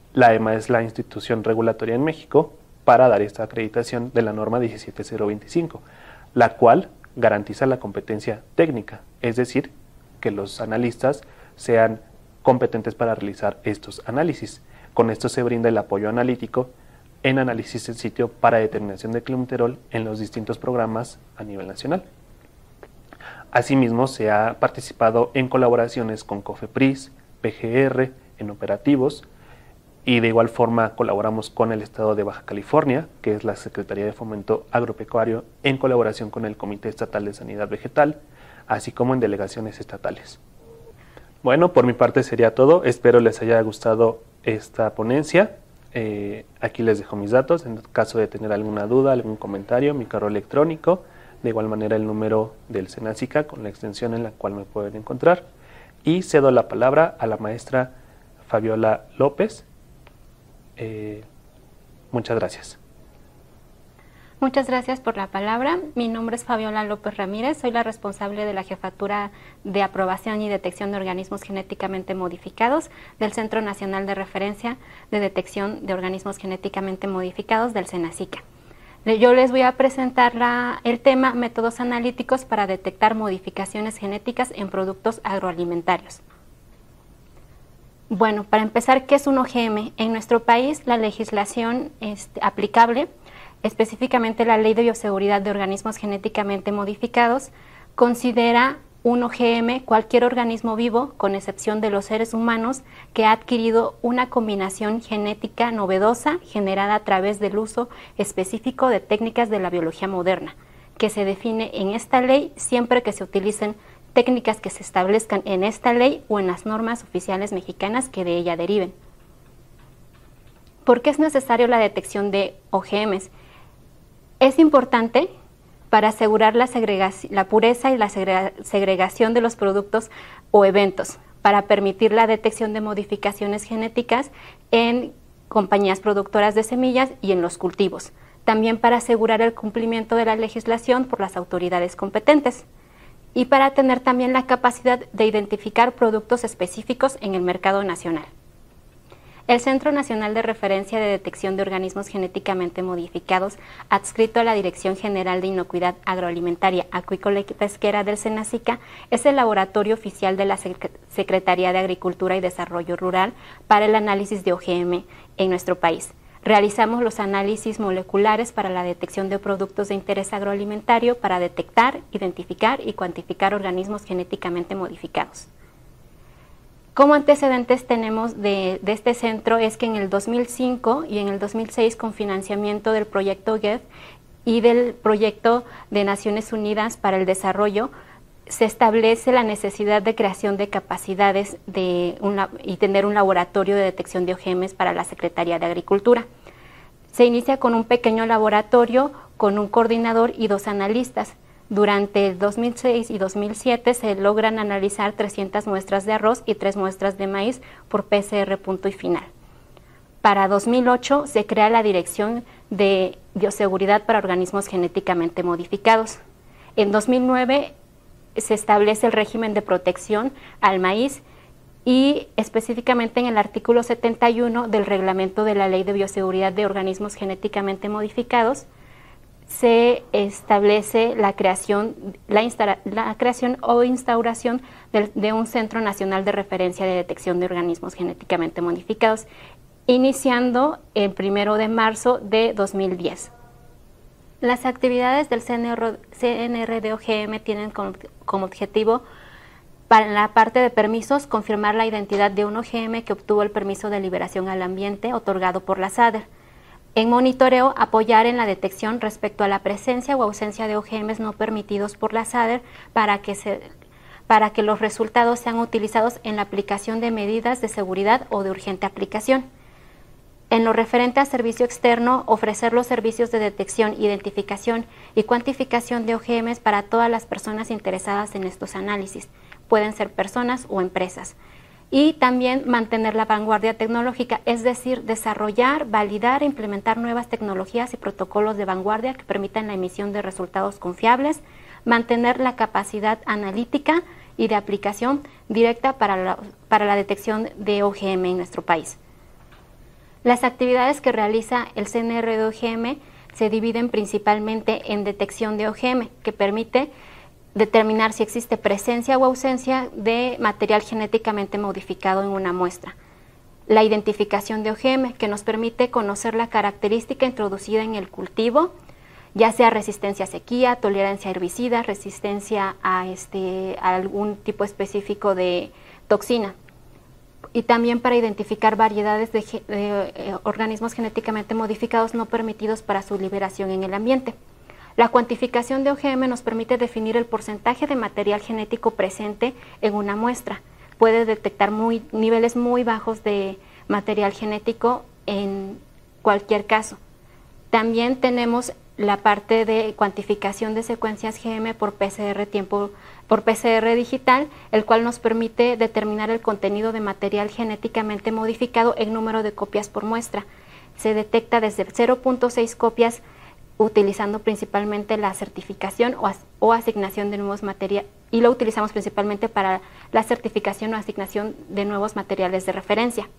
Speaker 2: La EMA es la institución regulatoria en México para dar esta acreditación de la norma 17025, la cual garantiza la competencia técnica, es decir, que los analistas sean competentes para realizar estos análisis. Con esto se brinda el apoyo analítico en análisis en sitio para determinación de clenbuterol en los distintos programas a nivel nacional. Asimismo, se ha participado en colaboraciones con COFEPRIS, PGR, en operativos, y de igual forma colaboramos con el Estado de Baja California, que es la Secretaría de Fomento Agropecuario, en colaboración con el Comité Estatal de Sanidad Vegetal, así como en delegaciones estatales. Bueno, por mi parte sería todo. Espero les haya gustado esta ponencia. Aquí les dejo mis datos, en caso de tener alguna duda, algún comentario, mi correo electrónico, de igual manera el número del Senacica con la extensión en la cual me pueden encontrar. Y cedo la palabra a la maestra Fabiola López. Muchas gracias.
Speaker 3: Muchas gracias por la palabra. Mi nombre es Fabiola López Ramírez, soy la responsable de la Jefatura de Aprobación y Detección de Organismos Genéticamente Modificados del Centro Nacional de Referencia de Detección de Organismos Genéticamente Modificados del Senacica. Yo les voy a presentar el tema métodos analíticos para detectar modificaciones genéticas en productos agroalimentarios. Bueno, para empezar, ¿qué es un OGM? En nuestro país, la legislación aplicable, específicamente la Ley de Bioseguridad de Organismos Genéticamente Modificados, considera un OGM cualquier organismo vivo, con excepción de los seres humanos, que ha adquirido una combinación genética novedosa generada a través del uso específico de técnicas de la biología moderna, que se define en esta ley siempre que se utilicen técnicas que se establezcan en esta ley o en las normas oficiales mexicanas que de ella deriven. ¿Por qué es necesario la detección de OGMs? Es importante para asegurar la pureza y la segregación de los productos o eventos, para permitir la detección de modificaciones genéticas en compañías productoras de semillas y en los cultivos. También para asegurar el cumplimiento de la legislación por las autoridades competentes y para tener también la capacidad de identificar productos específicos en el mercado nacional. El Centro Nacional de Referencia de Detección de Organismos Genéticamente Modificados, adscrito a la Dirección General de Inocuidad Agroalimentaria, Acuícola y Pesquera del Senacica, es el laboratorio oficial de la Secretaría de Agricultura y Desarrollo Rural para el análisis de OGM en nuestro país. Realizamos los análisis moleculares para la detección de productos de interés agroalimentario para detectar, identificar y cuantificar organismos genéticamente modificados. Como antecedentes tenemos de este centro es que en el 2005 y en el 2006, con financiamiento del proyecto GEF y del proyecto de Naciones Unidas para el Desarrollo, se establece la necesidad de creación de capacidades y tener un laboratorio de detección de OGMs para la Secretaría de Agricultura. Se inicia con un pequeño laboratorio con un coordinador y 2 analistas. Durante el 2006 y 2007 se logran analizar 300 muestras de arroz y 3 muestras de maíz por PCR punto y final. Para 2008 se crea la Dirección de Bioseguridad para Organismos Genéticamente Modificados. En 2009 se establece el régimen de protección al maíz y específicamente en el artículo 71 del reglamento de la Ley de Bioseguridad de Organismos Genéticamente Modificados se establece la creación o instauración de un Centro Nacional de Referencia de Detección de Organismos Genéticamente Modificados, iniciando el 1 de marzo de 2010. Las actividades del CNR de OGM tienen como objetivo, para la parte de permisos, confirmar la identidad de un OGM que obtuvo el permiso de liberación al ambiente otorgado por la SADER. En monitoreo, apoyar en la detección respecto a la presencia o ausencia de OGMs no permitidos por la SADER para que los resultados sean utilizados en la aplicación de medidas de seguridad o de urgente aplicación. En lo referente a servicio externo, ofrecer los servicios de detección, identificación y cuantificación de OGMs para todas las personas interesadas en estos análisis. Pueden ser personas o empresas. Y también mantener la vanguardia tecnológica, es decir, desarrollar, validar e implementar nuevas tecnologías y protocolos de vanguardia que permitan la emisión de resultados confiables, mantener la capacidad analítica y de aplicación directa para la detección de OGM en nuestro país. Las actividades que realiza el CNR de OGM se dividen principalmente en detección de OGM, que permite determinar si existe presencia o ausencia de material genéticamente modificado en una muestra. La identificación de OGM, que nos permite conocer la característica introducida en el cultivo, ya sea resistencia a sequía, tolerancia a herbicidas, resistencia a algún tipo específico de toxina. Y también para identificar variedades de organismos genéticamente modificados no permitidos para su liberación en el ambiente. La cuantificación de OGM nos permite definir el porcentaje de material genético presente en una muestra. Puede detectar niveles muy bajos de material genético en cualquier caso. También tenemos la parte de cuantificación de secuencias GM por PCR digital, el cual nos permite determinar el contenido de material genéticamente modificado en número de copias por muestra. Se detecta desde 0.6 copias utilizando principalmente la certificación o asignación de nuevos materiales, y lo utilizamos principalmente para la certificación o asignación de nuevos materiales de referencia.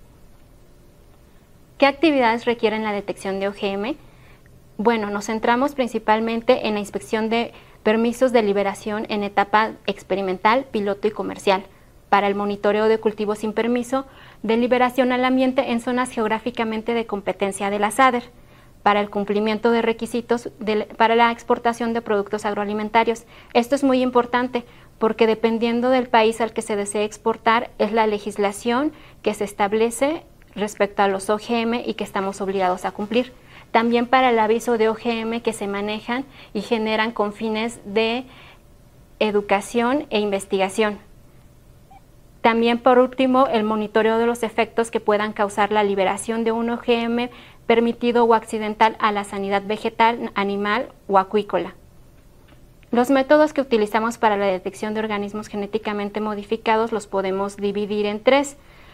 Speaker 3: ¿Qué actividades requieren la detección de OGM? Bueno, nos centramos principalmente en la inspección de permisos de liberación en etapa experimental, piloto y comercial, para el monitoreo de cultivos sin permiso de liberación al ambiente en zonas geográficamente de competencia de la SADER, para el cumplimiento de requisitos para la exportación de productos agroalimentarios. Esto es muy importante porque dependiendo del país al que se desee exportar es la legislación que se establece respecto a los OGM y que estamos obligados a cumplir. También para el aviso de OGM que se manejan y generan con fines de educación e investigación. También, por último, el monitoreo de los efectos que puedan causar la liberación de un OGM permitido o accidental a la sanidad vegetal, animal o acuícola. Los métodos que utilizamos para la detección de organismos genéticamente modificados los podemos dividir en tres.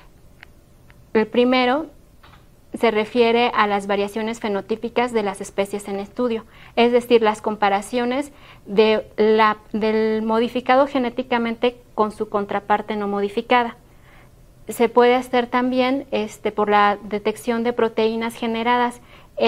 Speaker 3: El primero se refiere a las variaciones fenotípicas de las especies en estudio, es decir, las comparaciones del modificado genéticamente con su contraparte no modificada. Se puede hacer también por la detección de proteínas generadas.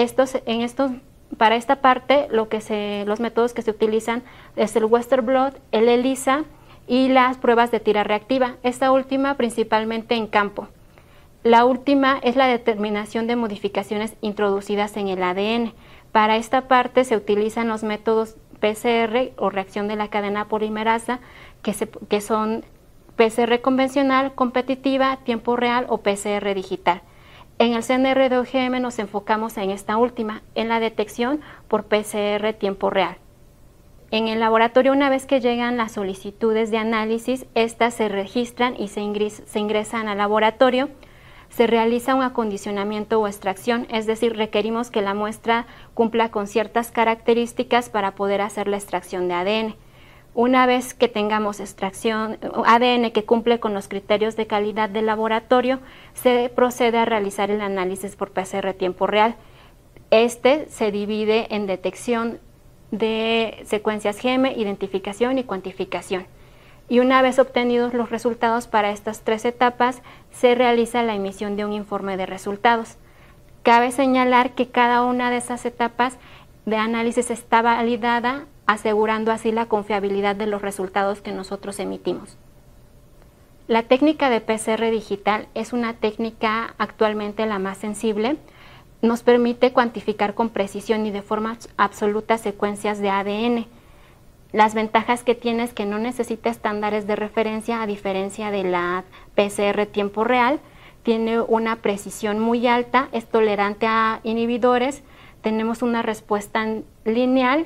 Speaker 3: Para esta parte, los métodos que se utilizan es el Western blot, el ELISA y las pruebas de tira reactiva, esta última principalmente en campo. La última es la determinación de modificaciones introducidas en el ADN. Para esta parte se utilizan los métodos PCR o reacción de la cadena polimerasa, que son PCR convencional, competitiva, tiempo real o PCR digital. En el CNR de OGM nos enfocamos en esta última, en la detección por PCR tiempo real. En el laboratorio, una vez que llegan las solicitudes de análisis, estas se registran y se ingresan al laboratorio. Se realiza un acondicionamiento o extracción, es decir, requerimos que la muestra cumpla con ciertas características para poder hacer la extracción de ADN. Una vez que tengamos extracción ADN que cumple con los criterios de calidad del laboratorio, se procede a realizar el análisis por PCR tiempo real. Se divide en detección de secuencias GM, identificación y cuantificación. Y una vez obtenidos los resultados para estas tres etapas, se realiza la emisión de un informe de resultados. Cabe señalar que cada una de esas etapas de análisis está validada, asegurando así la confiabilidad de los resultados que nosotros emitimos. La técnica de PCR digital es una técnica actualmente la más sensible. Nos permite cuantificar con precisión y de forma absoluta secuencias de ADN. Las ventajas que tiene es que no necesita estándares de referencia, a diferencia de la PCR tiempo real. Tiene una precisión muy alta, es tolerante a inhibidores, tenemos una respuesta lineal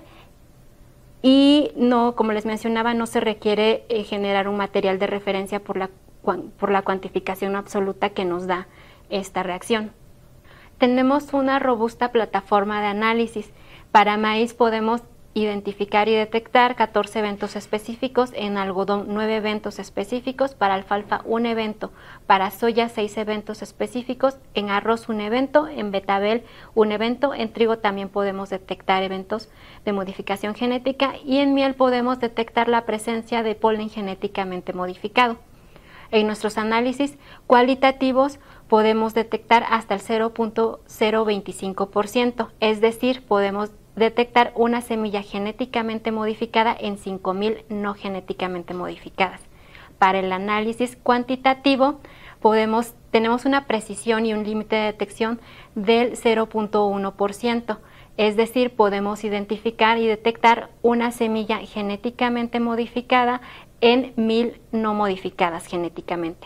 Speaker 3: y no, como les mencionaba, no se requiere generar un material de referencia por la cuantificación absoluta que nos da esta reacción. Tenemos una robusta plataforma de análisis. Para maíz podemos identificar y detectar 14 eventos específicos, en algodón 9 eventos específicos, para alfalfa 1 evento, para soya 6 eventos específicos, en arroz 1 evento, en betabel 1 evento, en trigo también podemos detectar eventos de modificación genética y en miel podemos detectar la presencia de polen genéticamente modificado. En nuestros análisis cualitativos podemos detectar hasta el 0.025%, es decir, podemos detectar una semilla genéticamente modificada en 5.000 no genéticamente modificadas. Para el análisis cuantitativo tenemos una precisión y un límite de detección del 0.1%, es decir, podemos identificar y detectar una semilla genéticamente modificada en 1.000 no modificadas genéticamente.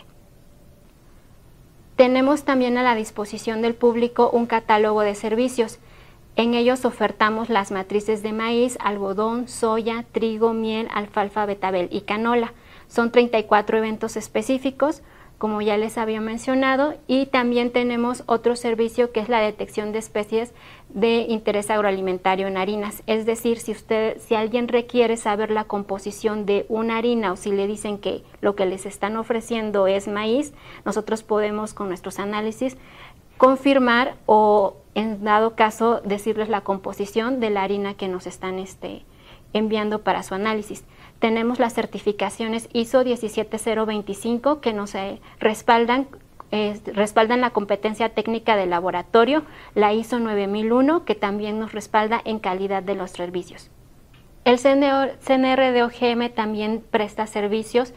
Speaker 3: Tenemos también a la disposición del público un catálogo de servicios. En ellos ofertamos las matrices de maíz, algodón, soya, trigo, miel, alfalfa, betabel y canola. Son 34 eventos específicos, como ya les había mencionado, y también tenemos otro servicio que es la detección de especies de interés agroalimentario en harinas. Es decir, si alguien requiere saber la composición de una harina o si le dicen que lo que les están ofreciendo es maíz, nosotros podemos con nuestros análisis confirmar o en dado caso decirles la composición de la harina que nos están enviando para su análisis. Tenemos las certificaciones ISO 17025 que nos respaldan la competencia técnica del laboratorio, la ISO 9001 que también nos respalda en calidad de los servicios. El CNR de OGM también presta servicios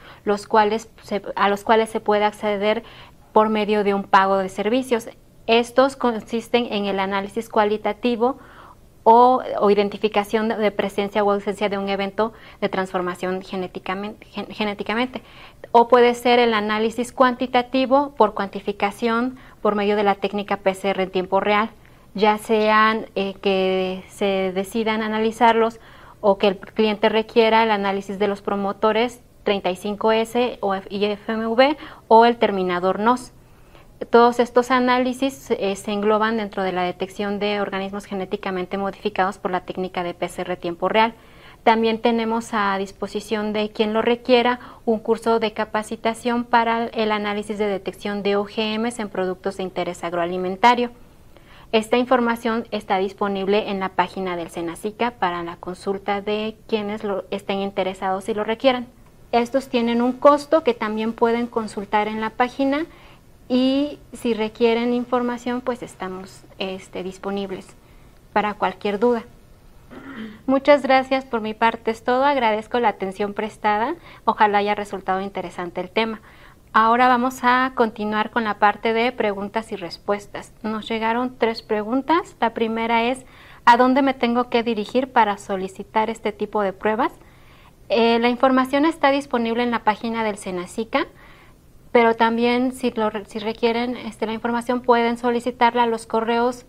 Speaker 3: a los cuales se puede acceder por medio de un pago de servicios. Estos consisten en el análisis cualitativo o identificación de presencia o ausencia de un evento de transformación genéticamente. O puede ser el análisis cuantitativo por cuantificación por medio de la técnica PCR en tiempo real, ya sean que se decidan analizarlos o que el cliente requiera el análisis de los promotores 35S o IFMV o el terminador NOS. Todos estos análisis se engloban dentro de la detección de organismos genéticamente modificados por la técnica de PCR tiempo real. También tenemos a disposición de quien lo requiera un curso de capacitación para el análisis de detección de OGMs en productos de interés agroalimentario. Esta información está disponible en la página del Senacica para la consulta de quienes estén interesados y lo requieran. Estos tienen un costo que también pueden consultar en la página. Y si requieren información, pues estamos disponibles para cualquier duda. Muchas gracias, por mi parte es todo. Agradezco la atención prestada. Ojalá haya resultado interesante el tema. Ahora vamos a continuar con la parte de preguntas y respuestas. Nos llegaron 3 preguntas. La primera es, ¿a dónde me tengo que dirigir para solicitar este tipo de pruebas? La información está disponible en la página del Senacica. Pero también si requieren la información pueden solicitarla a los correos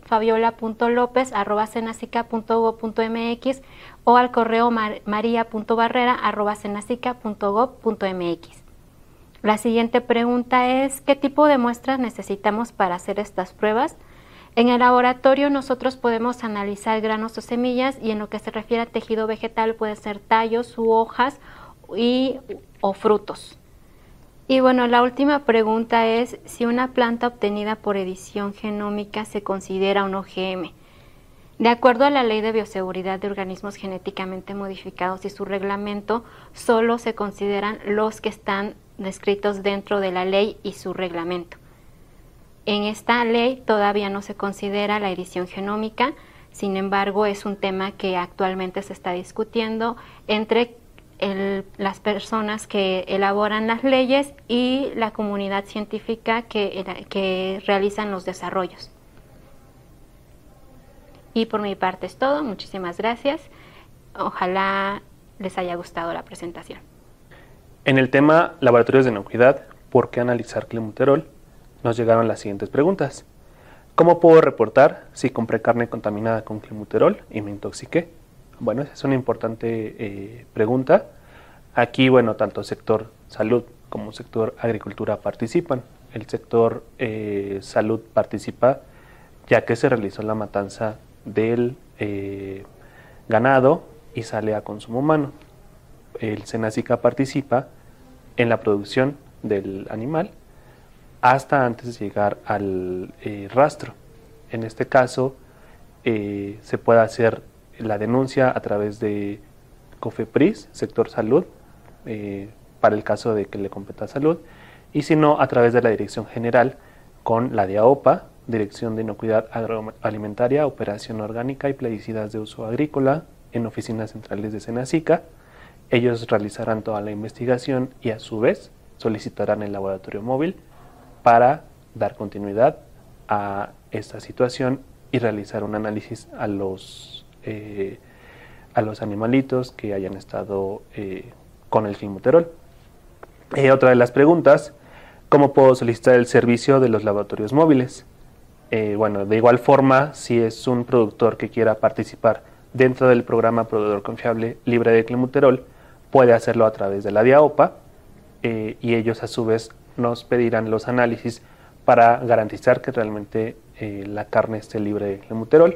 Speaker 3: fabiola.lopez@senacica.gov.mx o al correo maria.barrera@senacica.gov.mx. La siguiente pregunta es, ¿qué tipo de muestras necesitamos para hacer estas pruebas? En el laboratorio nosotros podemos analizar granos o semillas y en lo que se refiere a tejido vegetal puede ser tallos u hojas o frutos. Y bueno, la última pregunta es si una planta obtenida por edición genómica se considera un OGM. De acuerdo a la Ley de Bioseguridad de Organismos Genéticamente Modificados y su reglamento, solo se consideran los que están descritos dentro de la ley y su reglamento. En esta ley todavía no se considera la edición genómica, sin embargo es un tema que actualmente se está discutiendo entre las personas que elaboran las leyes y la comunidad científica que realizan los desarrollos. Y por mi parte es todo. Muchísimas gracias. Ojalá les haya gustado la presentación.
Speaker 2: En el tema laboratorios de inocuidad, ¿por qué analizar clenbuterol? Nos llegaron las siguientes preguntas. ¿Cómo puedo reportar si compré carne contaminada con clenbuterol y me intoxiqué? Bueno, esa es una importante pregunta. Aquí, bueno, tanto sector salud como sector agricultura participan. El sector salud participa ya que se realizó la matanza del ganado y sale a consumo humano. El Senacica participa en la producción del animal hasta antes de llegar al rastro. En este caso, se puede hacer la denuncia a través de COFEPRIS, sector salud, para el caso de que le competa salud, y si no, a través de la Dirección General con la DIAOPA, Dirección de Inocuidad Agroalimentaria, Operación Orgánica y Plaguicidas de Uso Agrícola, en oficinas centrales de Senacica. Ellos realizarán toda la investigación y a su vez solicitarán el laboratorio móvil para dar continuidad a esta situación y realizar un análisis a los animalitos que hayan estado con el clenbuterol. Otra de las preguntas: ¿cómo puedo solicitar el servicio de los laboratorios móviles? Bueno, de igual forma, si es un productor que quiera participar dentro del programa Proveedor Confiable Libre de Clenbuterol, puede hacerlo a través de la DIAOPA, y ellos a su vez nos pedirán los análisis para garantizar que realmente la carne esté libre de clenbuterol.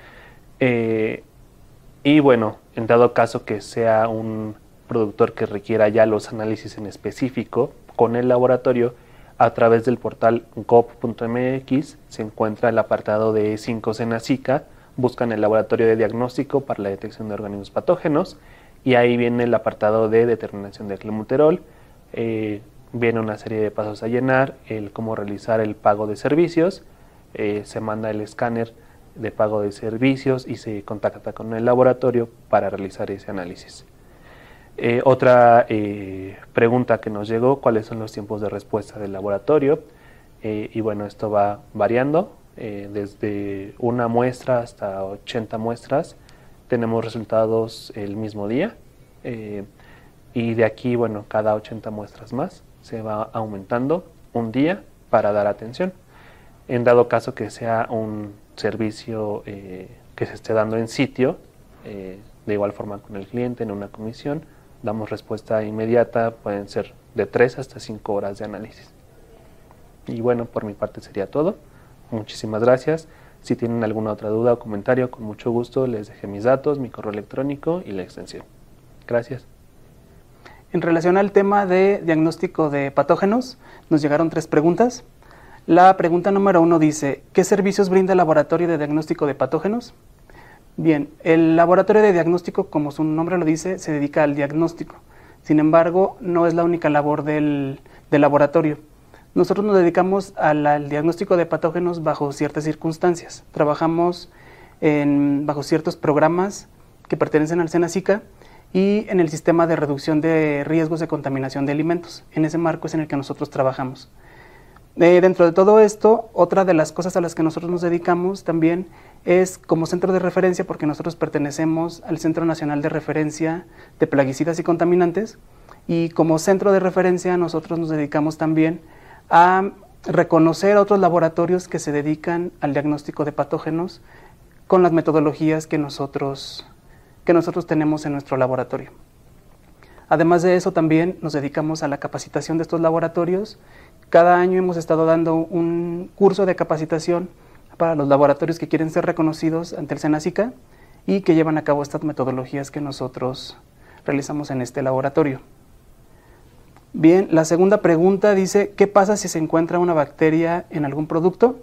Speaker 2: Y bueno, en dado caso que sea un productor que requiera ya los análisis en específico con el laboratorio, a través del portal gov.mx se encuentra el apartado de 5 Senacica, buscan el laboratorio de diagnóstico para la detección de organismos patógenos y ahí viene el apartado de determinación de clenbuterol. Viene una serie de pasos a llenar, el cómo realizar el pago de servicios, se manda el escáner de pago de servicios y se contacta con el laboratorio para realizar ese análisis. Otra pregunta que nos llegó: ¿cuáles son los tiempos de respuesta del laboratorio? Y bueno, esto va variando, desde una muestra hasta 80 muestras. Tenemos resultados el mismo día, y de aquí, bueno, cada 80 muestras más se va aumentando un día para dar atención. En dado caso que sea un servicio que se esté dando en sitio, de igual forma con el cliente en una comisión, damos respuesta inmediata, pueden ser de 3 hasta 5 horas de análisis. Y bueno, por mi parte sería todo. Muchísimas gracias. Si tienen alguna otra duda o comentario, con mucho gusto les dejé mis datos, mi correo electrónico y la extensión. Gracias.
Speaker 1: En relación al tema de diagnóstico de patógenos, nos llegaron 3 preguntas. La pregunta número 1 dice: ¿qué servicios brinda el laboratorio de diagnóstico de patógenos? Bien, el laboratorio de diagnóstico, como su nombre lo dice, se dedica al diagnóstico. Sin embargo, no es la única labor del laboratorio. Nosotros nos dedicamos al diagnóstico de patógenos bajo ciertas circunstancias. Trabajamos bajo ciertos programas que pertenecen al Senacica y en el sistema de reducción de riesgos de contaminación de alimentos. En ese marco es en el que nosotros trabajamos. Dentro de todo esto, otra de las cosas a las que nosotros nos dedicamos también es como centro de referencia, porque nosotros pertenecemos al Centro Nacional de Referencia de Plaguicidas y Contaminantes, y como centro de referencia nosotros nos dedicamos también a reconocer otros laboratorios que se dedican al diagnóstico de patógenos con las metodologías que nosotros tenemos en nuestro laboratorio. Además de eso, también nos dedicamos a la capacitación de estos laboratorios. Cada año hemos estado dando un curso de capacitación para los laboratorios que quieren ser reconocidos ante el Senacica y que llevan a cabo estas metodologías que nosotros realizamos en este laboratorio. Bien, la segunda pregunta dice: ¿qué pasa si se encuentra una bacteria en algún producto?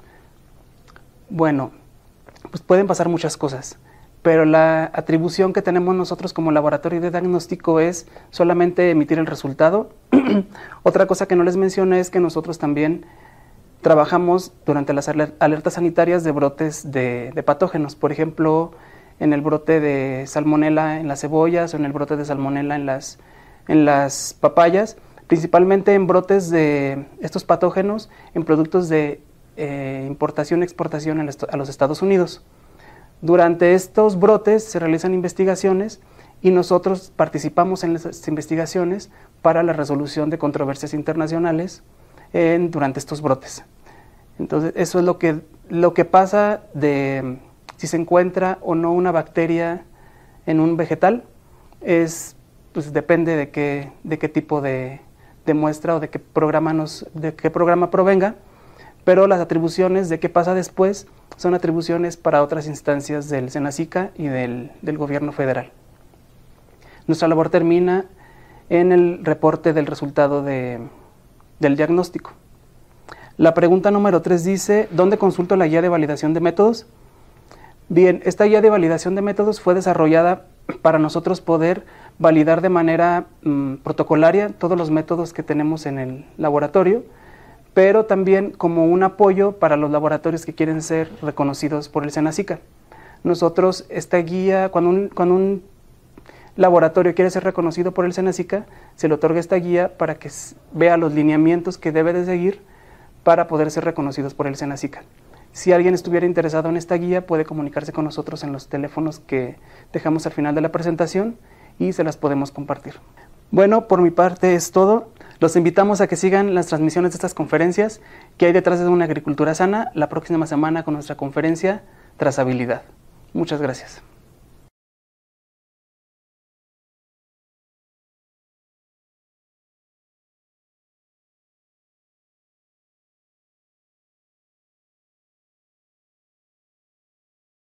Speaker 1: Bueno, pues pueden pasar muchas cosas, pero la atribución que tenemos nosotros como laboratorio de diagnóstico es solamente emitir el resultado. Otra cosa que no les mencioné es que nosotros también trabajamos durante las alertas sanitarias de brotes de patógenos. Por ejemplo, en el brote de salmonela en las cebollas o en el brote de salmonela en las papayas, principalmente en brotes de estos patógenos en productos de importación y exportación a los Estados Unidos. Durante estos brotes se realizan investigaciones y nosotros participamos en las investigaciones para la resolución de controversias internacionales durante estos brotes. Entonces, eso es lo que pasa de si se encuentra o no una bacteria en un vegetal. Pues depende de qué tipo de muestra o de qué programa provenga, pero las atribuciones de qué pasa después son atribuciones para otras instancias del Senacica y del gobierno federal. Nuestra labor termina en el reporte del resultado del diagnóstico. La pregunta número 3 dice: ¿dónde consulto la guía de validación de métodos? Bien, esta guía de validación de métodos fue desarrollada para nosotros poder validar de manera protocolaria todos los métodos que tenemos en el laboratorio, pero también como un apoyo para los laboratorios que quieren ser reconocidos por el Senacica. Nosotros, esta guía, cuando un laboratorio quiere ser reconocido por el Senacica, se le otorga esta guía para que vea los lineamientos que debe de seguir para poder ser reconocidos por el Senacica. Si alguien estuviera interesado en esta guía, puede comunicarse con nosotros en los teléfonos que dejamos al final de la presentación y se las podemos compartir. Bueno, por mi parte es todo. Los invitamos a que sigan las transmisiones de estas conferencias que hay detrás de una agricultura sana la próxima semana con nuestra conferencia Trazabilidad. Muchas gracias.